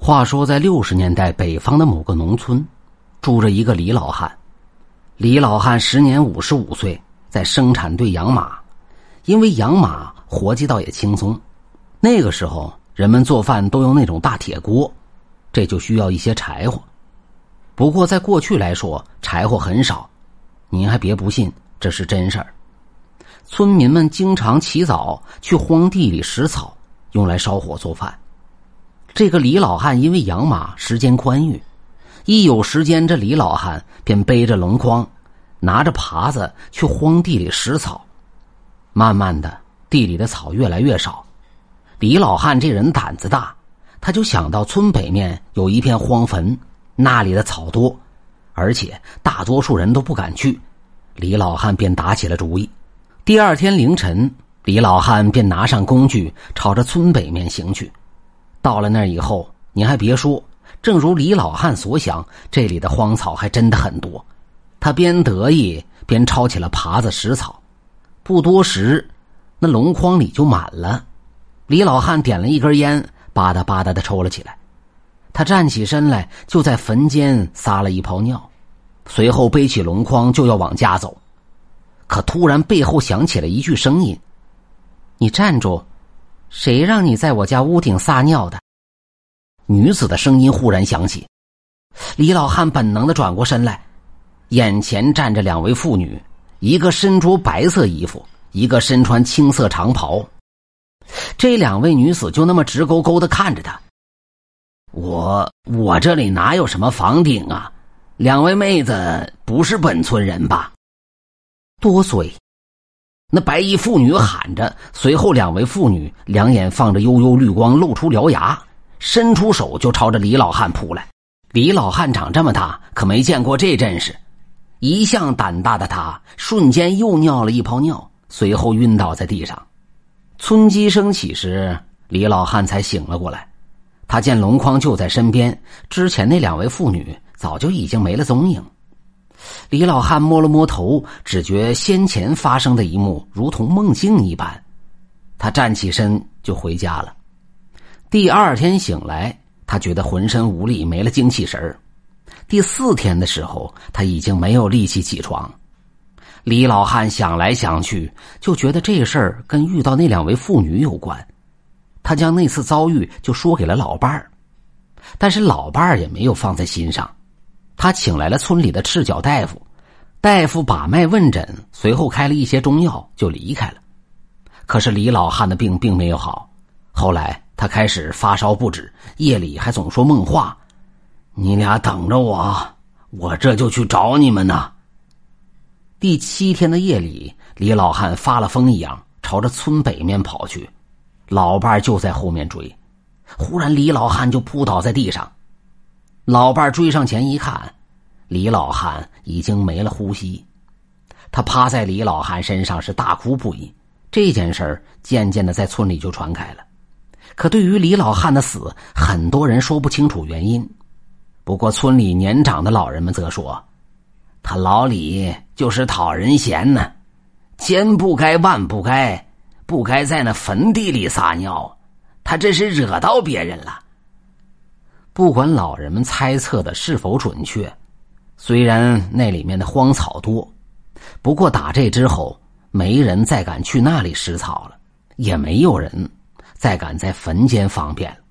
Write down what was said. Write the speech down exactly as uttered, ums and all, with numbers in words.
话说在六十年代北方的某个农村，住着一个李老汉。李老汉时年五十五岁，在生产队养马。因为养马活计倒也轻松，那个时候人们做饭都用那种大铁锅，这就需要一些柴火。不过在过去来说，柴火很少，您还别不信，这是真事儿。村民们经常起早去荒地里拾草，用来烧火做饭。这个李老汉因为养马时间宽裕，一有时间这李老汉便背着笼筐，拿着耙子去荒地里拾草。慢慢的，地里的草越来越少。李老汉这人胆子大，他就想到村北面有一片荒坟，那里的草多，而且大多数人都不敢去。李老汉便打起了主意。第二天凌晨，李老汉便拿上工具，朝着村北面行去。到了那儿以后，您还别说，正如李老汉所想，这里的荒草还真的很多。他边得意边抄起了耙子拾草。不多时，那笼筐里就满了。李老汉点了一根烟，吧嗒吧嗒的抽了起来。他站起身来，就在坟间撒了一泡尿，随后背起笼筐就要往家走。可突然背后响起了一句声音：“你站住！谁让你在我家屋顶撒尿的？”女子的声音忽然响起。李老汉本能地转过身来，眼前站着两位妇女，一个身着白色衣服，一个身穿青色长袍。这两位女子就那么直勾勾地看着他。我我这里哪有什么房顶啊？两位妹子不是本村人吧？多嘴！那白衣妇女喊着，随后两位妇女两眼放着幽幽绿光，露出獠牙，伸出手就朝着李老汉扑来。李老汉长这么大，可没见过这阵势。一向胆大的他瞬间又尿了一泡尿，随后晕倒在地上。村鸡声起时，李老汉才醒了过来。他见笼筐就在身边，之前那两位妇女早就已经没了踪影。李老汉摸了摸头，只觉先前发生的一幕如同梦境一般。他站起身就回家了。第二天醒来，他觉得浑身无力，没了精气神儿。第四天的时候，他已经没有力气起床。李老汉想来想去，就觉得这事儿跟遇到那两位妇女有关。他将那次遭遇就说给了老伴儿，但是老伴儿也没有放在心上。他请来了村里的赤脚大夫，大夫把脉问诊，随后开了一些中药就离开了。可是李老汉的病并没有好，后来他开始发烧不止，夜里还总说梦话。你俩等着我，我这就去找你们呢。第七天的夜里，李老汉发了疯一样朝着村北面跑去，老伴就在后面追。忽然李老汉就扑倒在地上，老伴追上前一看，李老汉已经没了呼吸。他趴在李老汉身上是大哭不已。这件事儿渐渐的在村里就传开了。可对于李老汉的死，很多人说不清楚原因。不过村里年长的老人们则说，他老李就是讨人嫌呢，千不该万不该，不该在那坟地里撒尿，他这是惹到别人了。不管老人们猜测的是否准确，虽然那里面的荒草多，不过打这之后，没人再敢去那里拾草了，也没有人再敢在坟间方便了。